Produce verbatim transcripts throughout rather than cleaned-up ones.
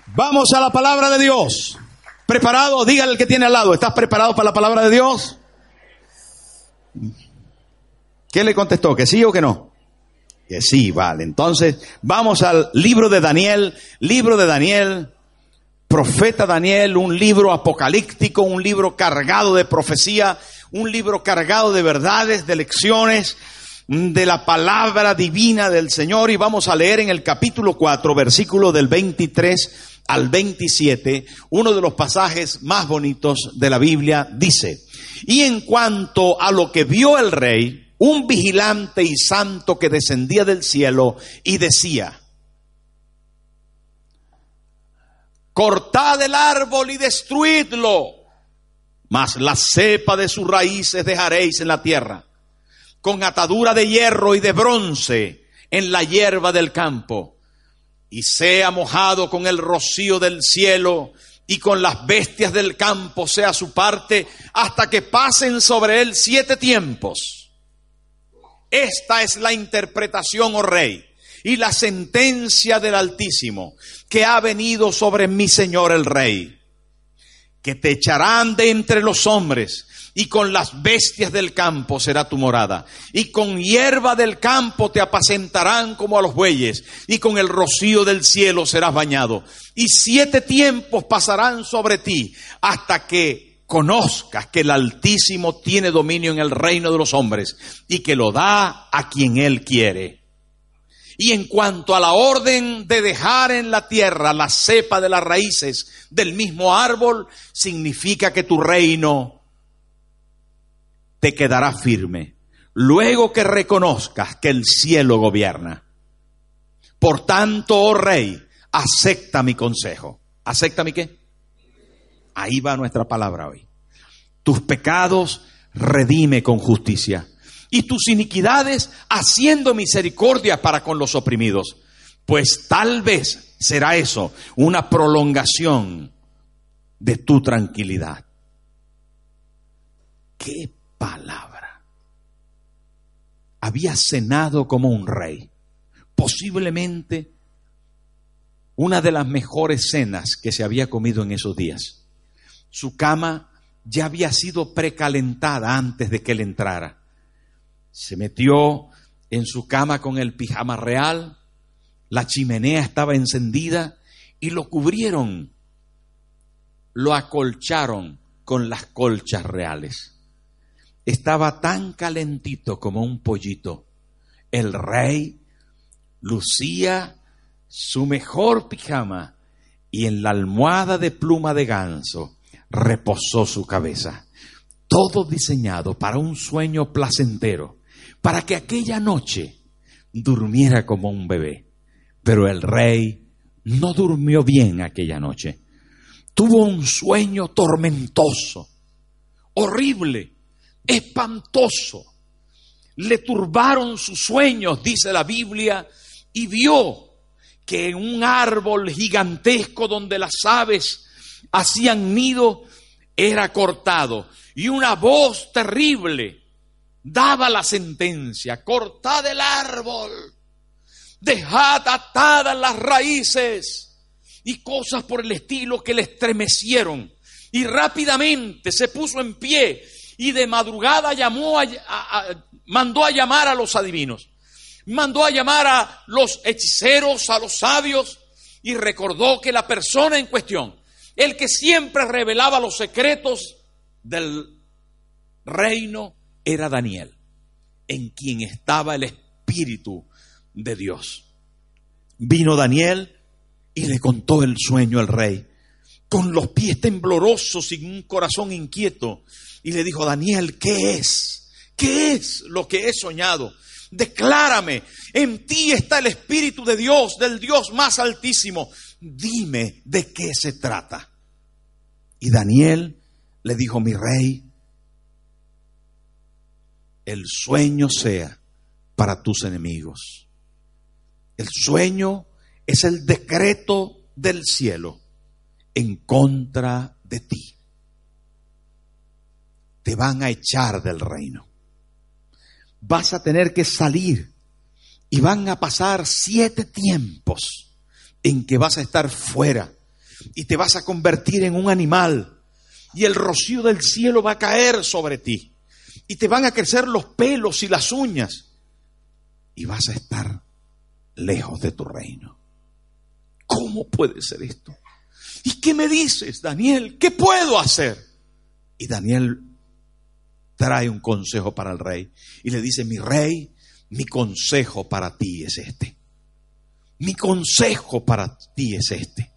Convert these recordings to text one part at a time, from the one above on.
Vamos a la palabra de Dios. ¿Preparado? Dígale al que tiene al lado, ¿estás preparado para la palabra de Dios? ¿Qué le contestó? ¿Que sí o que no? Que sí, vale. Entonces, vamos al libro de Daniel, libro de Daniel, profeta Daniel, un libro apocalíptico, un libro cargado de profecía, un libro cargado de verdades, de lecciones, de la palabra divina del Señor. Y vamos a leer en el capítulo cuatro, versículo del veintitrés al veintisiete, uno de los pasajes más bonitos de la Biblia. Dice: y en cuanto a lo que vio el rey, un vigilante y santo que descendía del cielo y decía: cortad el árbol y destruidlo, mas la cepa de sus raíces dejaréis en la tierra, con atadura de hierro y de bronce en la hierba del campo, y sea mojado con el rocío del cielo, y con las bestias del campo sea su parte, hasta que pasen sobre él siete tiempos. Esta es la interpretación, oh rey, y la sentencia del Altísimo, que ha venido sobre mi señor el rey, que te echarán de entre los hombres, y con las bestias del campo será tu morada, y con hierba del campo te apacentarán como a los bueyes, y con el rocío del cielo serás bañado, y siete tiempos pasarán sobre ti, hasta que conozcas que el Altísimo tiene dominio en el reino de los hombres, y que lo da a quien él quiere. Y en cuanto a la orden de dejar en la tierra la cepa de las raíces del mismo árbol, significa que tu reino te quedará firme, luego que reconozcas que el cielo gobierna. Por tanto, oh rey, acepta mi consejo. ¿Acepta mi qué? Ahí va nuestra palabra hoy. Tus pecados redime con justicia, y tus iniquidades haciendo misericordia para con los oprimidos, pues tal vez será eso una prolongación de tu tranquilidad. ¡Qué palabra! Había cenado como un rey, posiblemente una de las mejores cenas que se había comido en esos días. Su cama ya había sido precalentada antes de que él entrara. Se metió en su cama con el pijama real, la chimenea estaba encendida y lo cubrieron, lo acolcharon con las colchas reales. Estaba tan calentito como un pollito. El rey lucía su mejor pijama y en la almohada de pluma de ganso reposó su cabeza. Todo diseñado para un sueño placentero, para que aquella noche durmiera como un bebé. Pero el rey no durmió bien aquella noche. Tuvo un sueño tormentoso, horrible, espantoso. Le turbaron sus sueños, dice la Biblia, y vio que en un árbol gigantesco donde las aves hacían nido era cortado, y una voz terrible daba la sentencia: cortad el árbol, dejad atadas las raíces, y cosas por el estilo que le estremecieron. Y rápidamente se puso en pie y de madrugada llamó a, a, a, mandó a llamar a los adivinos, mandó a llamar a los hechiceros, a los sabios, y recordó que la persona en cuestión, el que siempre revelaba los secretos del reino, era Daniel, en quien estaba el Espíritu de Dios. Vino Daniel y le contó el sueño al rey, con los pies temblorosos y un corazón inquieto, y le dijo: Daniel, ¿qué es? ¿Qué es lo que he soñado? Declárame, en ti está el Espíritu de Dios, del Dios más altísimo. Dime de qué se trata. Y Daniel le dijo: mi rey, el sueño sea para tus enemigos. El sueño es el decreto del cielo en contra de ti. Te van a echar del reino. Vas a tener que salir y van a pasar siete tiempos en que vas a estar fuera y te vas a convertir en un animal y el rocío del cielo va a caer sobre ti y te van a crecer los pelos y las uñas y vas a estar lejos de tu reino. ¿Cómo puede ser esto? ¿Y qué me dices, Daniel? ¿Qué puedo hacer? Y Daniel trae un consejo para el rey y le dice: mi rey, mi consejo para ti es este. Mi consejo para ti es este.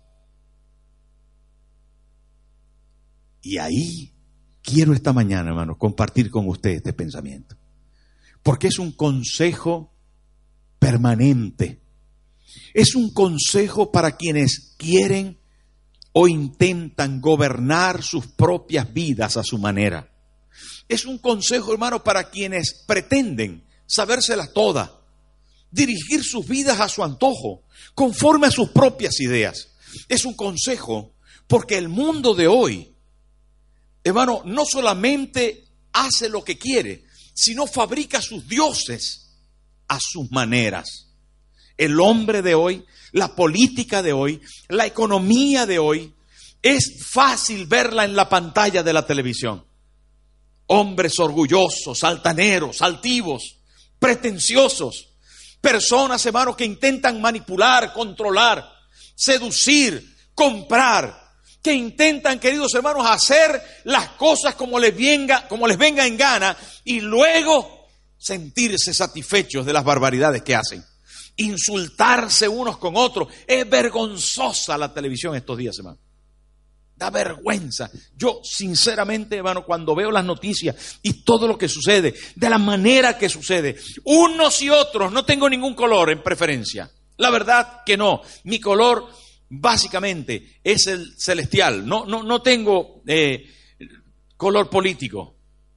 Y ahí quiero esta mañana, hermano, compartir con usted este pensamiento. Porque es un consejo permanente. Es un consejo para quienes quieren o intentan gobernar sus propias vidas a su manera. Es un consejo, hermano, para quienes pretenden sabérselas todas, dirigir sus vidas a su antojo, conforme a sus propias ideas. Es un consejo porque el mundo de hoy, hermano, no solamente hace lo que quiere, sino fabrica sus dioses a sus maneras. El hombre de hoy, la política de hoy, la economía de hoy, es fácil verla en la pantalla de la televisión. Hombres orgullosos, altaneros, altivos, pretenciosos. Personas, hermanos, que intentan manipular, controlar, seducir, comprar. Que intentan, queridos hermanos, hacer las cosas como les venga, como les venga en gana y luego sentirse satisfechos de las barbaridades que hacen. Insultarse unos con otros. Es vergonzosa la televisión estos días, hermano. Da vergüenza. Yo, sinceramente, hermano, cuando veo las noticias y todo lo que sucede, de la manera que sucede, unos y otros, no tengo ningún color en preferencia. La verdad que no. Mi color, básicamente, es el celestial. No, no, no tengo eh, color político.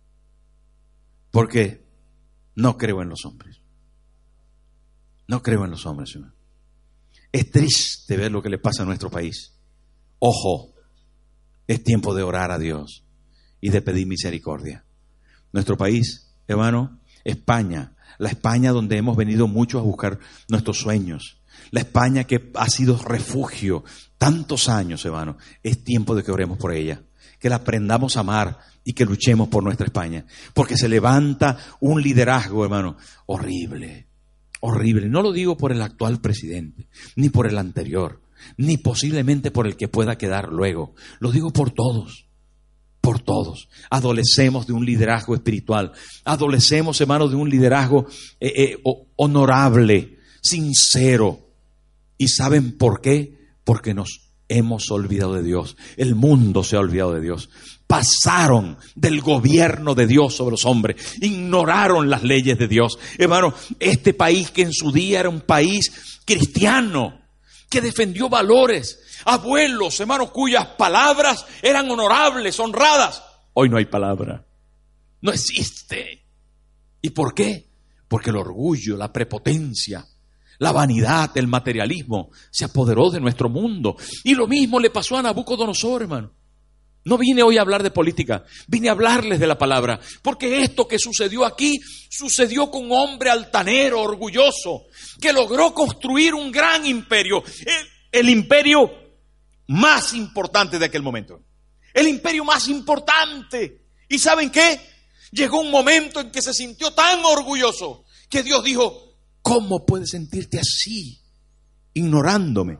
Porque no creo en los hombres. No creo en los hombres, hermano. Es triste ver lo que le pasa a nuestro país. Ojo. Es tiempo de orar a Dios y de pedir misericordia. Nuestro país, hermano, España, la España donde hemos venido muchos a buscar nuestros sueños, la España que ha sido refugio tantos años, hermano, es tiempo de que oremos por ella, que la aprendamos a amar y que luchemos por nuestra España, porque se levanta un liderazgo, hermano, horrible, horrible. No lo digo por el actual presidente, ni por el anterior, ni posiblemente por el que pueda quedar luego. Lo digo por todos, por todos. Adolecemos de un liderazgo espiritual, adolecemos, hermanos, de un liderazgo eh, eh, honorable, sincero. ¿Y saben por qué? Porque nos hemos olvidado de Dios. El mundo se ha olvidado de Dios. Pasaron del gobierno de Dios sobre los hombres, ignoraron las leyes de Dios. Hermano, este país que en su día era un país cristiano, que defendió valores, abuelos, hermanos, cuyas palabras eran honorables, honradas. Hoy no hay palabra, no existe. ¿Y por qué? Porque el orgullo, la prepotencia, la vanidad, el materialismo se apoderó de nuestro mundo. Y lo mismo le pasó a Nabucodonosor, hermano. No vine hoy a hablar de política, vine a hablarles de la palabra, porque esto que sucedió aquí, sucedió con un hombre altanero, orgulloso, que logró construir un gran imperio, el, el imperio más importante de aquel momento, el imperio más importante. ¿Y saben qué? Llegó un momento en que se sintió tan orgulloso, que Dios dijo: ¿cómo puedes sentirte así, ignorándome?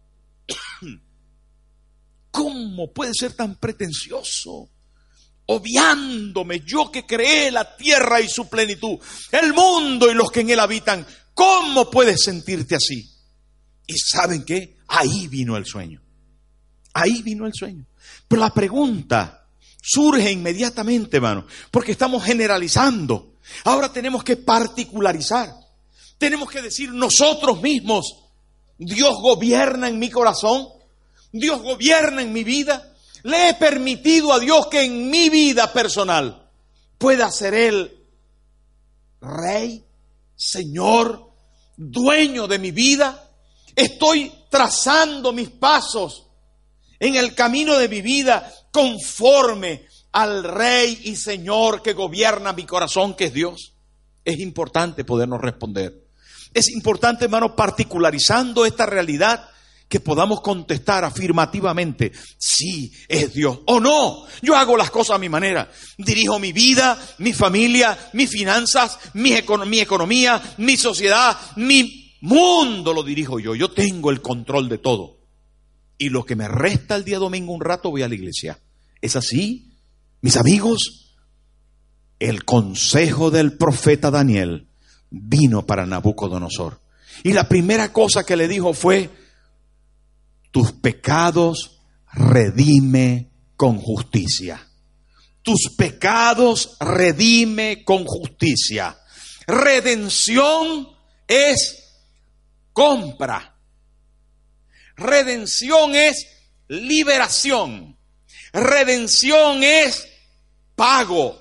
¿Cómo puede ser tan pretencioso? Obviándome, yo que creé la tierra y su plenitud, el mundo y los que en él habitan. ¿Cómo puedes sentirte así? ¿Y saben qué? Ahí vino el sueño. Ahí vino el sueño. Pero la pregunta surge inmediatamente, hermano, porque estamos generalizando. Ahora tenemos que particularizar. Tenemos que decir nosotros mismos: Dios gobierna en mi corazón. Dios gobierna en mi vida. Le he permitido a Dios que en mi vida personal pueda ser Él Rey, Señor, dueño de mi vida. Estoy trazando mis pasos en el camino de mi vida conforme al Rey y Señor que gobierna mi corazón, que es Dios. Es importante podernos responder. Es importante, hermano, particularizando esta realidad, que podamos contestar afirmativamente, sí, es Dios, o no, yo hago las cosas a mi manera, dirijo mi vida, mi familia, mis finanzas, mi, econ- mi economía, mi sociedad, mi mundo lo dirijo yo, yo tengo el control de todo. Y lo que me resta el día domingo un rato voy a la iglesia. ¿Es así, mis amigos? El consejo del profeta Daniel vino para Nabucodonosor. Y la primera cosa que le dijo fue, tus pecados redime con justicia. Tus pecados redime con justicia. Redención es compra. Redención es liberación. Redención es pago.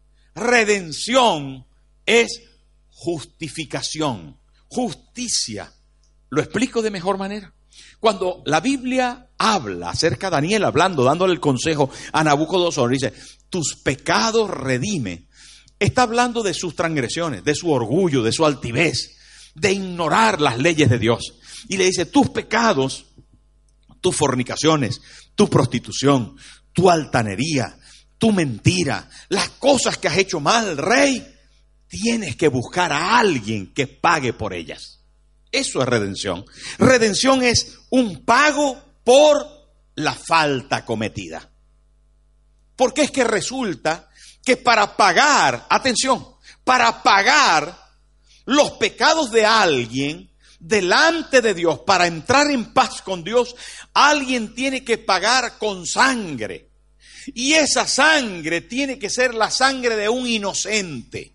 Redención es justificación. Justicia. Lo explico de mejor manera. Cuando la Biblia habla acerca de Daniel, hablando, dándole el consejo a Nabucodonosor, dice, tus pecados redime. Está hablando de sus transgresiones, de su orgullo, de su altivez, de ignorar las leyes de Dios. Y le dice, tus pecados, tus fornicaciones, tu prostitución, tu altanería, tu mentira, las cosas que has hecho mal, rey, tienes que buscar a alguien que pague por ellas. Eso es redención. Redención es un pago por la falta cometida. Porque es que resulta que para pagar, atención, para pagar los pecados de alguien delante de Dios, para entrar en paz con Dios, alguien tiene que pagar con sangre. Y esa sangre tiene que ser la sangre de un inocente.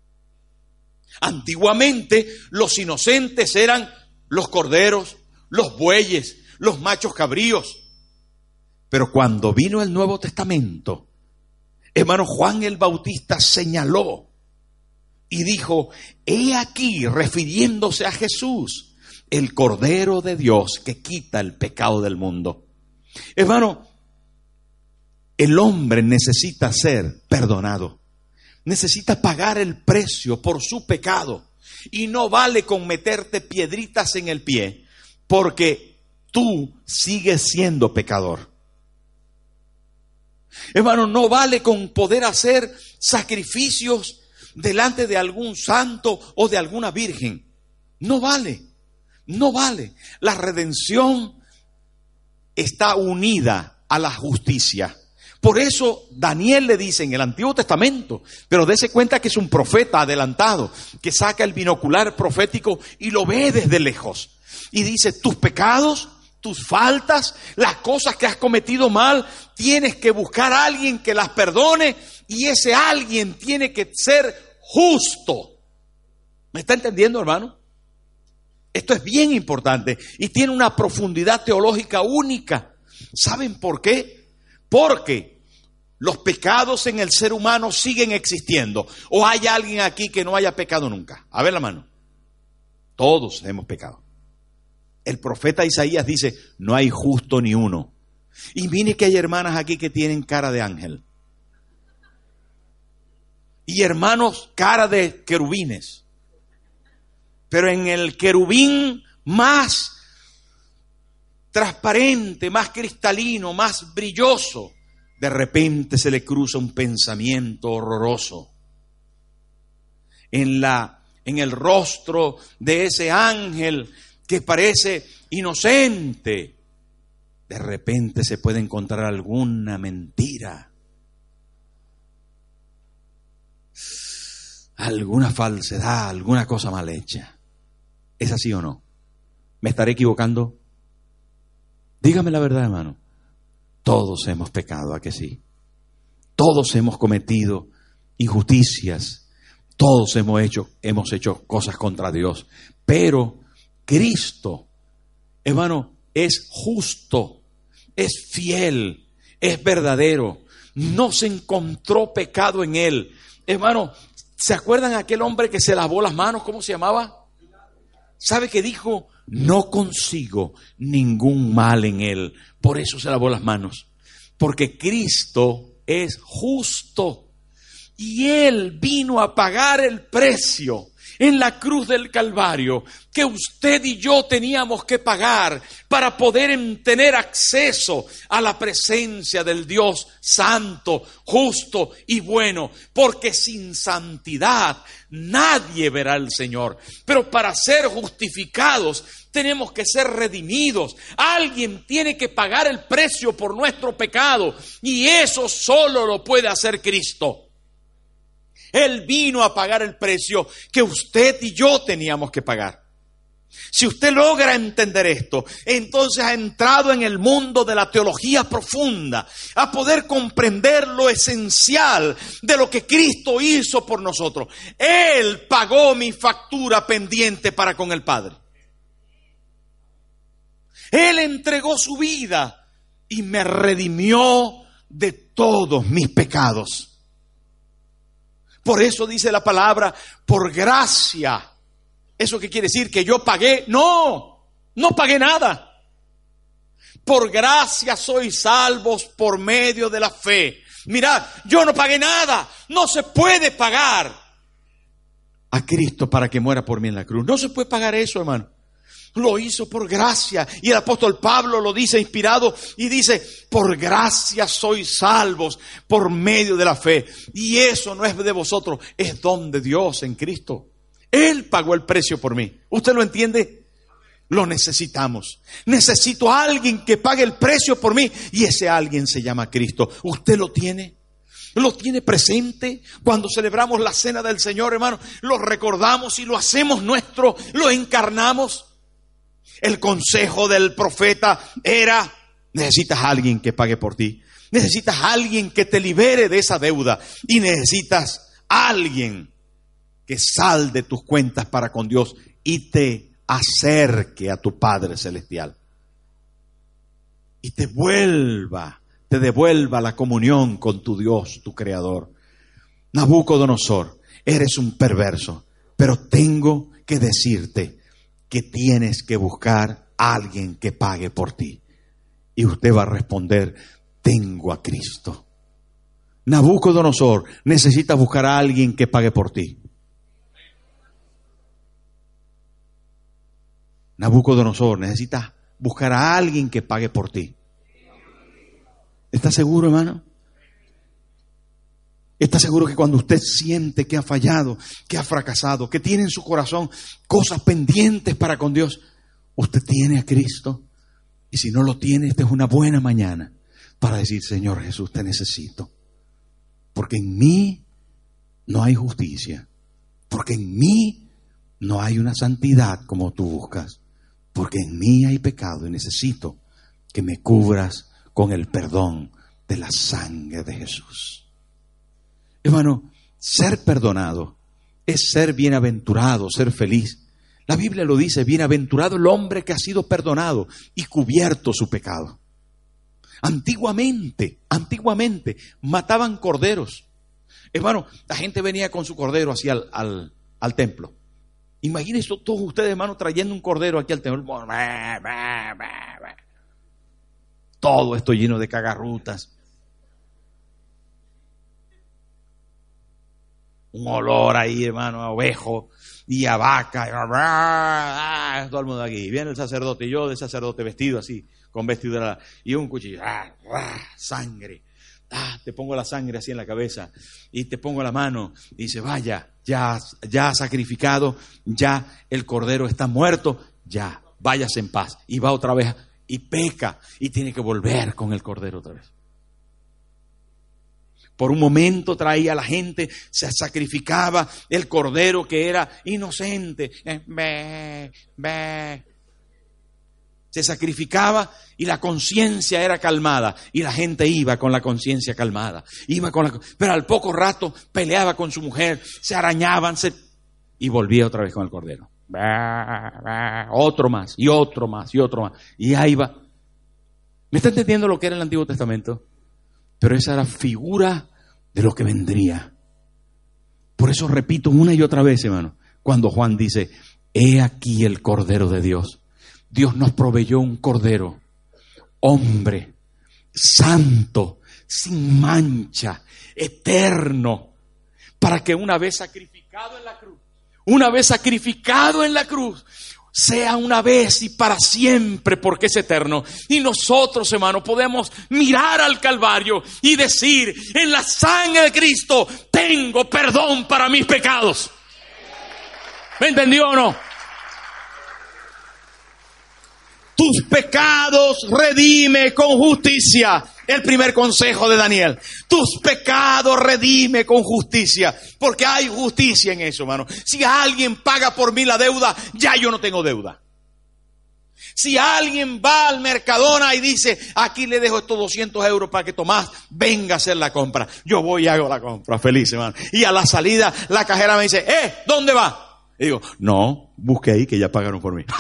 Antiguamente los inocentes eran los corderos, los bueyes, los machos cabríos. Pero cuando vino el Nuevo Testamento, hermano, Juan el Bautista señaló y dijo, he aquí, refiriéndose a Jesús, el Cordero de Dios que quita el pecado del mundo. Hermano, el hombre necesita ser perdonado. Necesita pagar el precio por su pecado. Y no vale con meterte piedritas en el pie, porque tú sigues siendo pecador. Hermano, no vale con poder hacer sacrificios delante de algún santo o de alguna virgen. No vale, no vale. La redención está unida a la justicia. Por eso Daniel le dice en el Antiguo Testamento, pero dése cuenta que es un profeta adelantado, que saca el binocular profético y lo ve desde lejos. Y dice, tus pecados, tus faltas, las cosas que has cometido mal, tienes que buscar a alguien que las perdone y ese alguien tiene que ser justo. ¿Me está entendiendo, hermano? Esto es bien importante y tiene una profundidad teológica única. ¿Saben por qué? Porque los pecados en el ser humano siguen existiendo. ¿O hay alguien aquí que no haya pecado nunca? A ver la mano. Todos hemos pecado. El profeta Isaías dice, no hay justo ni uno. Y mire que hay hermanas aquí que tienen cara de ángel. Y hermanos, cara de querubines. Pero en el querubín más transparente, más cristalino, más brilloso, de repente se le cruza un pensamiento horroroso. En la, en el rostro de ese ángel que parece inocente, de repente se puede encontrar alguna mentira, alguna falsedad, alguna cosa mal hecha. ¿Es así o no? ¿Me estaré equivocando? Dígame la verdad, hermano. Todos hemos pecado, ¿a que sí? Todos hemos cometido injusticias. Todos hemos hecho, hemos hecho cosas contra Dios. Pero Cristo, hermano, es justo, es fiel, es verdadero. No se encontró pecado en él. Hermano, ¿se acuerdan aquel hombre que se lavó las manos? ¿Cómo se llamaba? ¿Sabe qué dijo? No consigo ningún mal en él. Por eso se lavó las manos. Porque Cristo es justo. Y él vino a pagar el precio en la cruz del Calvario que usted y yo teníamos que pagar para poder tener acceso a la presencia del Dios santo, justo y bueno, porque sin santidad nadie verá al Señor. Pero para ser justificados tenemos que ser redimidos. Alguien tiene que pagar el precio por nuestro pecado, y eso solo lo puede hacer Cristo. Él vino a pagar el precio que usted y yo teníamos que pagar. Si usted logra entender esto, entonces ha entrado en el mundo de la teología profunda, a poder comprender lo esencial de lo que Cristo hizo por nosotros. Él pagó mi factura pendiente para con el Padre. Él entregó su vida y me redimió de todos mis pecados. Por eso dice la palabra, por gracia. ¿Eso qué quiere decir? ¿Que yo pagué? No, no pagué nada. Por gracia sois salvos por medio de la fe. Mirad, yo no pagué nada. No se puede pagar a Cristo para que muera por mí en la cruz. No se puede pagar eso, hermano. Lo hizo por gracia. Y el apóstol Pablo lo dice inspirado y dice, por gracia sois salvos por medio de la fe. Y eso no es de vosotros, es don de Dios en Cristo. Él pagó el precio por mí. ¿Usted lo entiende? Lo necesitamos. Necesito a alguien que pague el precio por mí, y ese alguien se llama Cristo. ¿Usted lo tiene? ¿Lo tiene presente? Cuando celebramos la cena del Señor, hermano, lo recordamos y lo hacemos nuestro, lo encarnamos. El consejo del profeta era, necesitas a alguien que pague por ti. Necesitas a alguien que te libere de esa deuda. Y necesitas a alguien que salde tus cuentas para con Dios y te acerque a tu Padre Celestial. Y te vuelva, te devuelva la comunión con tu Dios, tu Creador. Nabucodonosor, eres un perverso, pero tengo que decirte que tienes que buscar a alguien que pague por ti. Y usted va a responder, tengo a Cristo. Nabucodonosor, necesitas buscar a alguien que pague por ti. Nabucodonosor, necesitas buscar a alguien que pague por ti. ¿Estás seguro, hermano? ¿Está seguro que cuando usted siente que ha fallado, que ha fracasado, que tiene en su corazón cosas pendientes para con Dios, usted tiene a Cristo? Y si no lo tiene, esta es una buena mañana para decir, Señor Jesús, te necesito. Porque en mí no hay justicia. Porque en mí no hay una santidad como tú buscas. Porque en mí hay pecado y necesito que me cubras con el perdón de la sangre de Jesús. Hermano, ser perdonado es ser bienaventurado, ser feliz. La Biblia lo dice, bienaventurado el hombre que ha sido perdonado y cubierto su pecado. Antiguamente, antiguamente mataban corderos. Hermano, la gente venía con su cordero hacia al, al, al templo. Imagínense todos ustedes, hermano, trayendo un cordero aquí al templo. Todo esto lleno de cagarrutas. Un olor ahí, hermano, a ovejo y a vaca. Y todo el mundo aquí. Viene el sacerdote, y yo de sacerdote vestido así, con vestidura, y un cuchillo. Ah, ah, sangre. Ah, te pongo la sangre así en la cabeza y te pongo la mano y dice, vaya, ya, ya ha sacrificado, ya el cordero está muerto, ya, váyase en paz. Y va otra vez y peca y tiene que volver con el cordero otra vez. Por un momento traía a la gente, se sacrificaba el cordero que era inocente. Eh, be, be. Se sacrificaba y la conciencia era calmada. Y la gente iba con la conciencia calmada. Iba con la, pero al poco rato peleaba con su mujer, se arañaban se, y volvía otra vez con el cordero. Be, be. Otro más y otro más y otro más. Y ahí va. ¿Me está entendiendo lo que era el Antiguo Testamento? Pero esa era figura de lo que vendría. Por eso repito una y otra vez, hermano, cuando Juan dice, he aquí el Cordero de Dios. Dios nos proveyó un Cordero, hombre, santo, sin mancha, eterno, para que una vez sacrificado en la cruz, una vez sacrificado en la cruz, sea una vez y para siempre, porque es eterno. Y nosotros, hermano, podemos mirar al Calvario y decir: en la sangre de Cristo tengo perdón para mis pecados. ¿Me entendió o no? Tus pecados redime con justicia. El primer consejo de Daniel. Tus pecados redime con justicia. Porque hay justicia en eso, hermano. Si alguien paga por mí la deuda, ya yo no tengo deuda. Si alguien va al Mercadona y dice: aquí le dejo estos doscientos euros para que Tomás venga a hacer la compra, yo voy y hago la compra, feliz, hermano. Y a la salida la cajera me dice: eh, ¿dónde va? Y digo: no, busque ahí que ya pagaron por mí.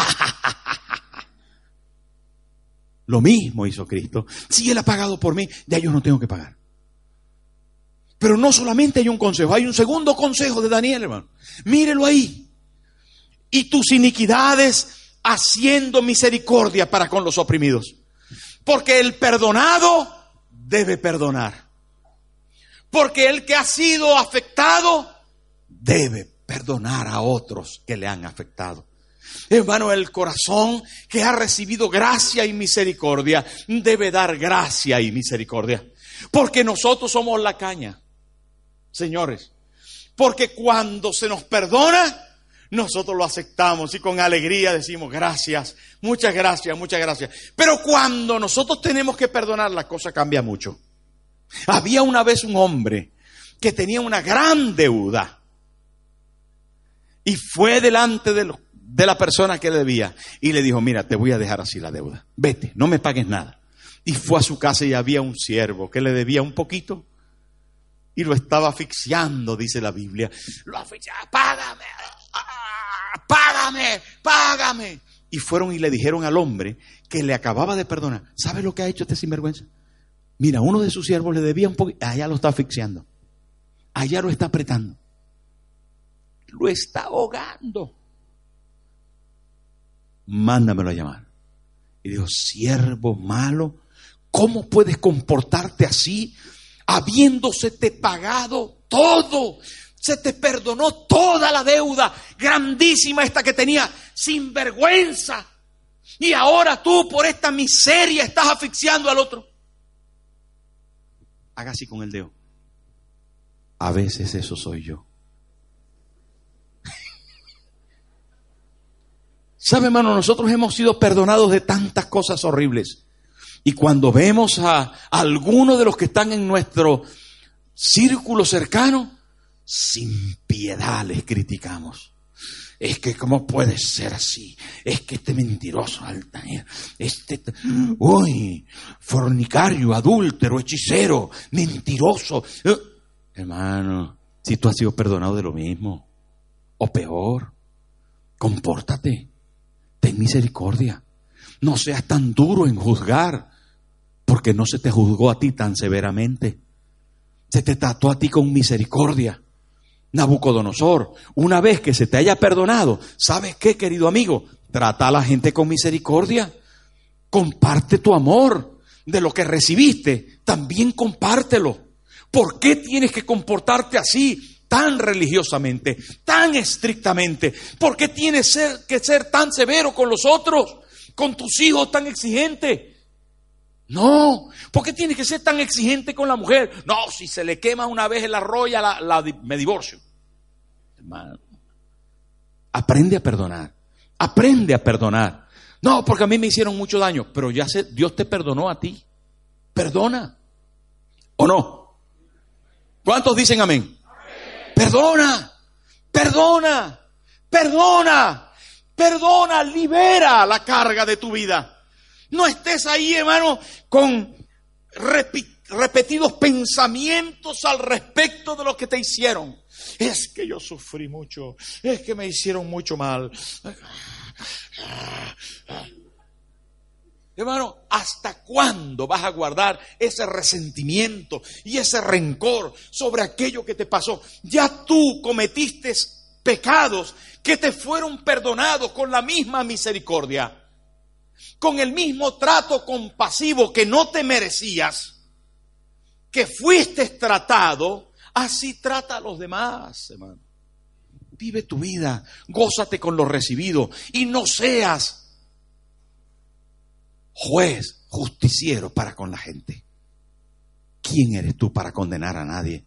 Lo mismo hizo Cristo. Si Él ha pagado por mí, ya yo no tengo que pagar. Pero no solamente hay un consejo, hay un segundo consejo de Daniel, hermano. Mírelo ahí. Y tus iniquidades haciendo misericordia para con los oprimidos. Porque el perdonado debe perdonar. Porque el que ha sido afectado debe perdonar a otros que le han afectado. Hermano, el corazón que ha recibido gracia y misericordia debe dar gracia y misericordia. Porque nosotros somos la caña, señores. Porque cuando se nos perdona, nosotros lo aceptamos y con alegría decimos: gracias, muchas gracias, muchas gracias. Pero cuando nosotros tenemos que perdonar, la cosa cambia mucho. Había una vez un hombre que tenía una gran deuda y fue delante de los de la persona que le debía y le dijo: mira, te voy a dejar así la deuda, vete, no me pagues nada. Y fue a su casa y había un siervo que le debía un poquito y lo estaba asfixiando, dice la Biblia. Lo asfixiaba: págame, págame, págame. Y fueron y le dijeron al hombre que le acababa de perdonar: ¿sabe lo que ha hecho este sinvergüenza? Mira, uno de sus siervos le debía un poquito, allá lo está asfixiando, allá lo está apretando, lo está ahogando. Mándamelo a llamar. Y dijo: siervo malo, ¿cómo puedes comportarte así, habiéndosete pagado todo? Se te perdonó toda la deuda grandísima esta que tenía, sin vergüenza. Y ahora tú por esta miseria estás asfixiando al otro. Haga así con el dedo. A veces eso soy yo. ¿Sabe, hermano? Nosotros hemos sido perdonados de tantas cosas horribles. Y cuando vemos a algunos de los que están en nuestro círculo cercano, sin piedad les criticamos. Es que ¿cómo puede ser así? Es que este mentiroso, Altair, este, uy, fornicario, adúltero, hechicero, mentiroso. Eh, hermano, si tú has sido perdonado de lo mismo, o peor, compórtate. Ten misericordia. No seas tan duro en juzgar, porque no se te juzgó a ti tan severamente. Se te trató a ti con misericordia. Nabucodonosor, una vez que se te haya perdonado, ¿sabes qué, querido amigo? Trata a la gente con misericordia. Comparte tu amor. De lo que recibiste, también compártelo. ¿Por qué tienes que comportarte así? Tan religiosamente, tan estrictamente. ¿Por qué tienes que ser tan severo con los otros? Con tus hijos tan exigente. No. ¿Por qué tienes que ser tan exigente con la mujer? No, si se le quema una vez el arroyo, la, la, me divorcio. Hermano, aprende a perdonar. Aprende a perdonar. No, porque a mí me hicieron mucho daño. Pero ya sé, Dios te perdonó a ti. Perdona. ¿O no? ¿Cuántos dicen amén? Perdona, perdona, perdona, perdona, libera la carga de tu vida. No estés ahí, hermano, con repi- repetidos pensamientos al respecto de lo que te hicieron. Es que yo sufrí mucho, es que me hicieron mucho mal. Hermano, ¿hasta cuándo vas a guardar ese resentimiento y ese rencor sobre aquello que te pasó? Ya tú cometiste pecados que te fueron perdonados con la misma misericordia, con el mismo trato compasivo que no te merecías, que fuiste tratado, así trata a los demás, hermano. Vive tu vida, gózate con lo recibido y no seas juez, justiciero para con la gente. ¿Quién eres tú para condenar a nadie?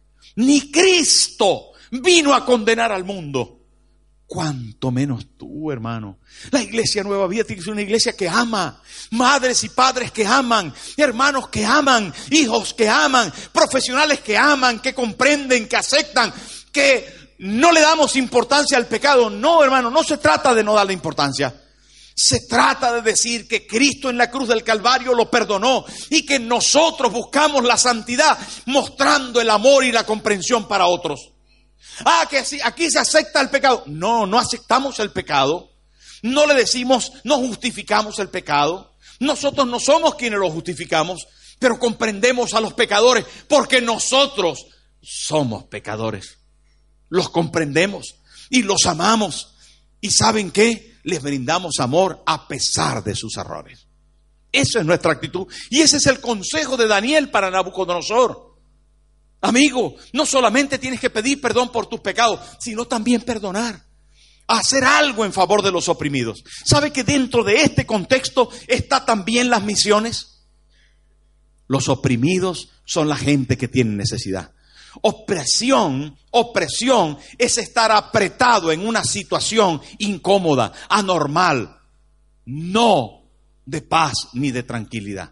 Ni Cristo vino a condenar al mundo. Cuanto menos tú, hermano. La iglesia Nueva Vida tiene que ser una iglesia que ama. Madres y padres que aman. Hermanos que aman. Hijos que aman. Profesionales que aman. Que comprenden, que aceptan. Que no le damos importancia al pecado. No, hermano, no se trata de no darle importancia. Se trata de decir que Cristo en la cruz del Calvario lo perdonó. Y que nosotros buscamos la santidad mostrando el amor y la comprensión para otros. Ah, que aquí se acepta el pecado. No, no aceptamos el pecado. No le decimos, no justificamos el pecado. Nosotros no somos quienes lo justificamos, pero comprendemos a los pecadores porque nosotros somos pecadores. Los comprendemos y los amamos. ¿Y saben qué? Les brindamos amor a pesar de sus errores. Esa es nuestra actitud. Y ese es el consejo de Daniel para Nabucodonosor. Amigo, no solamente tienes que pedir perdón por tus pecados, sino también perdonar, hacer algo en favor de los oprimidos. ¿Sabe que dentro de este contexto está también las misiones? Los oprimidos son la gente que tiene necesidad. Opresión, opresión es estar apretado en una situación incómoda, anormal, no de paz ni de tranquilidad.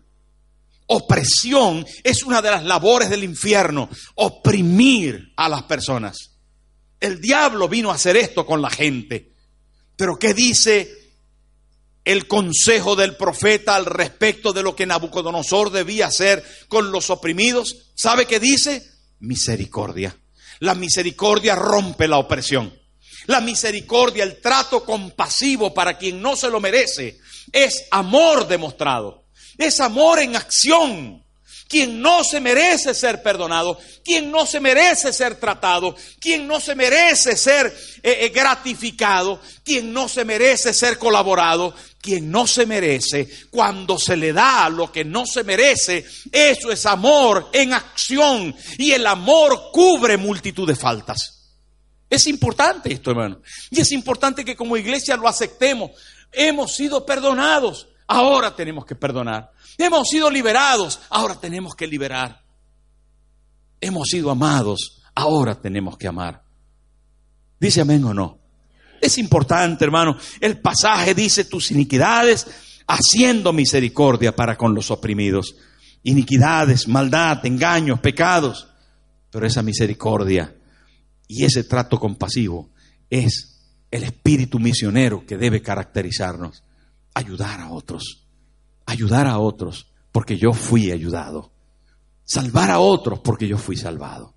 Opresión es una de las labores del infierno, oprimir a las personas. El diablo vino a hacer esto con la gente. Pero ¿qué dice el consejo del profeta al respecto de lo que Nabucodonosor debía hacer con los oprimidos? ¿Sabe qué dice? Misericordia. La misericordia rompe la opresión. La misericordia, el trato compasivo para quien no se lo merece, es amor demostrado. Es amor en acción. Quien no se merece ser perdonado, quien no se merece ser tratado, quien no se merece ser eh, gratificado, quien no se merece ser colaborado, quien no se merece, cuando se le da lo que no se merece, eso es amor en acción. Y el amor cubre multitud de faltas. Es importante esto, hermano. Y es importante que como iglesia lo aceptemos. Hemos sido perdonados. Ahora tenemos que perdonar. Hemos sido liberados. Ahora tenemos que liberar. Hemos sido amados. Ahora tenemos que amar. ¿Dice amén o no? Es importante, hermano. El pasaje dice: tus iniquidades, haciendo misericordia para con los oprimidos. Iniquidades, maldad, engaños, pecados. Pero esa misericordia y ese trato compasivo es el espíritu misionero que debe caracterizarnos. Ayudar a otros, ayudar a otros porque yo fui ayudado, salvar a otros porque yo fui salvado.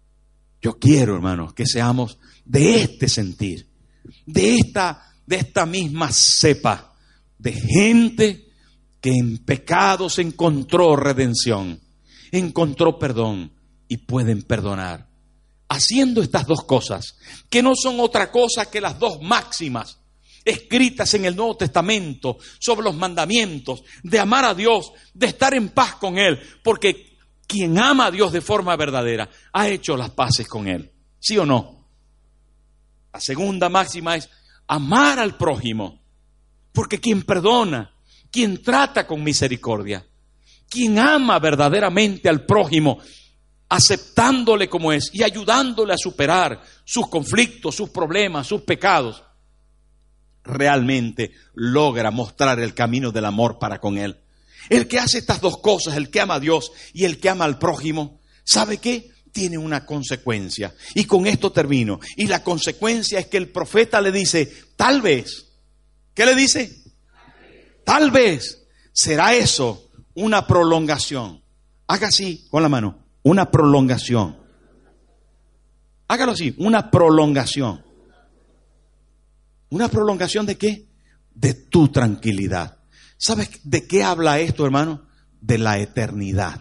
Yo quiero, hermanos, que seamos de este sentir, de esta, de esta misma cepa de gente que en pecados encontró redención, encontró perdón y pueden perdonar. Haciendo estas dos cosas, que no son otra cosa que las dos máximas escritas en el Nuevo Testamento sobre los mandamientos de amar a Dios, de estar en paz con Él, porque quien ama a Dios de forma verdadera ha hecho las paces con Él. ¿Sí o no? La segunda máxima es amar al prójimo, porque quien perdona, quien trata con misericordia, quien ama verdaderamente al prójimo, aceptándole como es y ayudándole a superar sus conflictos, sus problemas, sus pecados, realmente logra mostrar el camino del amor para con Él. El que hace estas dos cosas, el que ama a Dios y el que ama al prójimo, ¿sabe qué? Tiene una consecuencia. Y con esto termino. Y la consecuencia es que el profeta le dice, tal vez, ¿qué le dice? Tal vez será eso una prolongación. Haga así con la mano, una prolongación. Hágalo así, una prolongación. ¿Una prolongación de qué? De tu tranquilidad. ¿Sabes de qué habla esto, hermano? De la eternidad.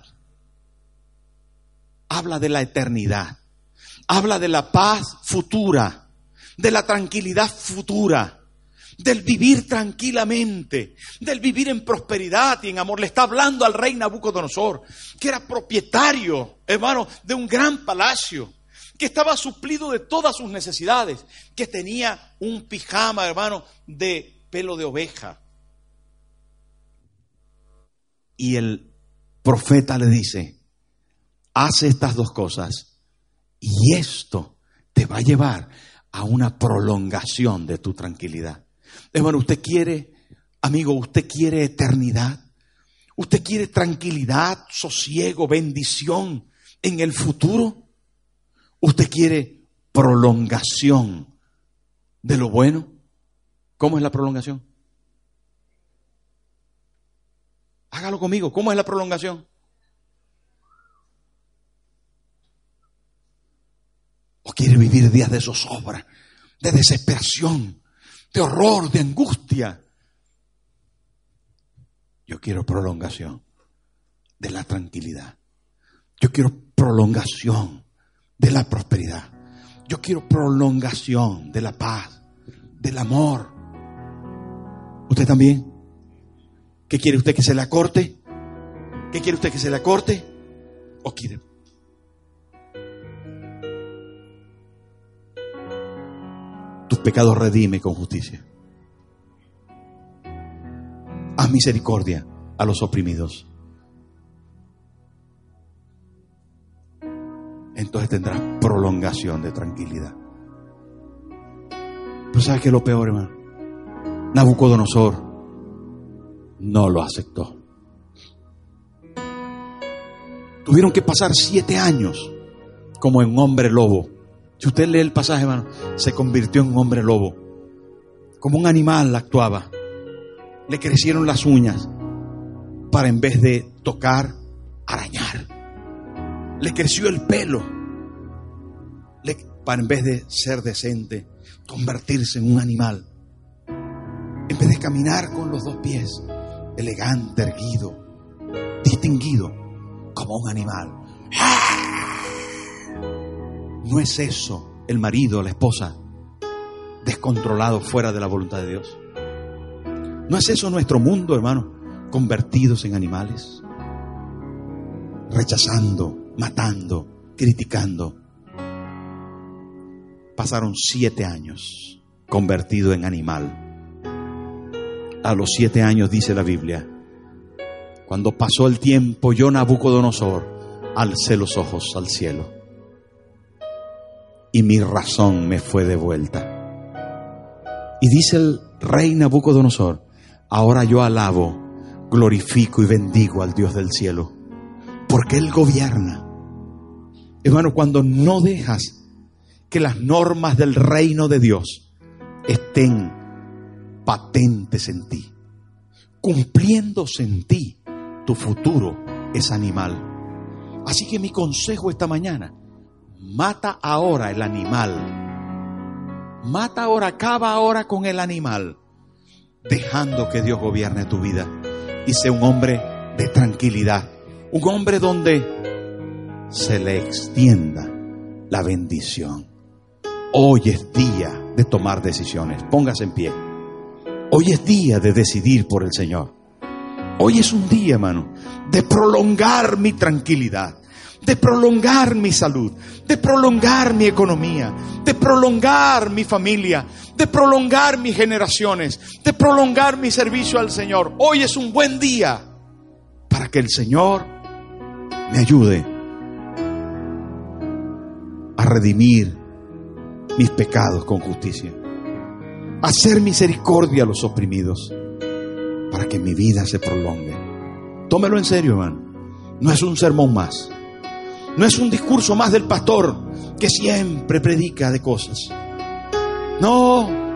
Habla de la eternidad. Habla de la paz futura, de la tranquilidad futura, del vivir tranquilamente, del vivir en prosperidad y en amor. Le está hablando al rey Nabucodonosor, que era propietario, hermano, de un gran palacio, que estaba suplido de todas sus necesidades, que tenía un pijama, hermano, de pelo de oveja. Y el profeta le dice, haz estas dos cosas y esto te va a llevar a una prolongación de tu tranquilidad. Hermano, usted quiere, amigo, usted quiere eternidad. Usted quiere tranquilidad, sosiego, bendición en el futuro. Usted quiere prolongación de lo bueno. ¿Cómo es la prolongación? Hágalo conmigo. ¿Cómo es la prolongación? ¿O quiere vivir días de zozobra, de desesperación, de horror, de angustia? Yo quiero prolongación de la tranquilidad. Yo quiero prolongación de la prosperidad. Yo quiero prolongación de la paz, del amor. ¿Usted también? ¿Qué quiere usted, que se le acorte? ¿Qué quiere usted, que se le acorte? ¿O quiere? Tus pecados redime con justicia. Haz misericordia a los oprimidos. Entonces tendrás prolongación de tranquilidad. Pero ¿sabes qué es lo peor, hermano? Nabucodonosor no lo aceptó. Tuvieron que pasar siete años como en un hombre lobo. Si usted lee el pasaje, hermano, se convirtió en un hombre lobo. Como un animal actuaba. Le crecieron las uñas para, en vez de tocar, arañar. Le creció el pelo le, para, en vez de ser decente, convertirse en un animal. En vez de caminar con los dos pies, elegante, erguido, distinguido, como un animal. ¿No es eso el marido, la esposa, descontrolado, fuera de la voluntad de Dios? ¿No es eso nuestro mundo, hermano? Convertidos en animales, rechazando, matando, criticando. Pasaron siete años convertido en animal. A los siete años, dice la Biblia, cuando pasó el tiempo, yo, Nabucodonosor, alcé los ojos al cielo y mi razón me fue devuelta. Y dice el rey Nabucodonosor, ahora yo alabo, glorifico y bendigo al Dios del cielo, porque Él gobierna. Hermano, cuando no dejas que las normas del reino de Dios estén patentes en ti, cumpliéndose en ti, tu futuro es animal. Así que mi consejo esta mañana, mata ahora el animal. Mata ahora, acaba ahora con el animal, dejando que Dios gobierne tu vida y sea un hombre de tranquilidad, un hombre donde se le extienda la bendición. Hoy es día de tomar decisiones. Póngase en pie. Hoy es día de decidir por el Señor. Hoy es un día, hermano, de prolongar mi tranquilidad, de prolongar mi salud, de prolongar mi economía, de prolongar mi familia, de prolongar mis generaciones, de prolongar mi servicio al Señor. Hoy es un buen día para que el Señor me ayude a redimir mis pecados con justicia, a hacer misericordia a los oprimidos, para que mi vida se prolongue. Tómelo en serio, hermano. No es un sermón más. No es un discurso más del pastor que siempre predica de cosas. No,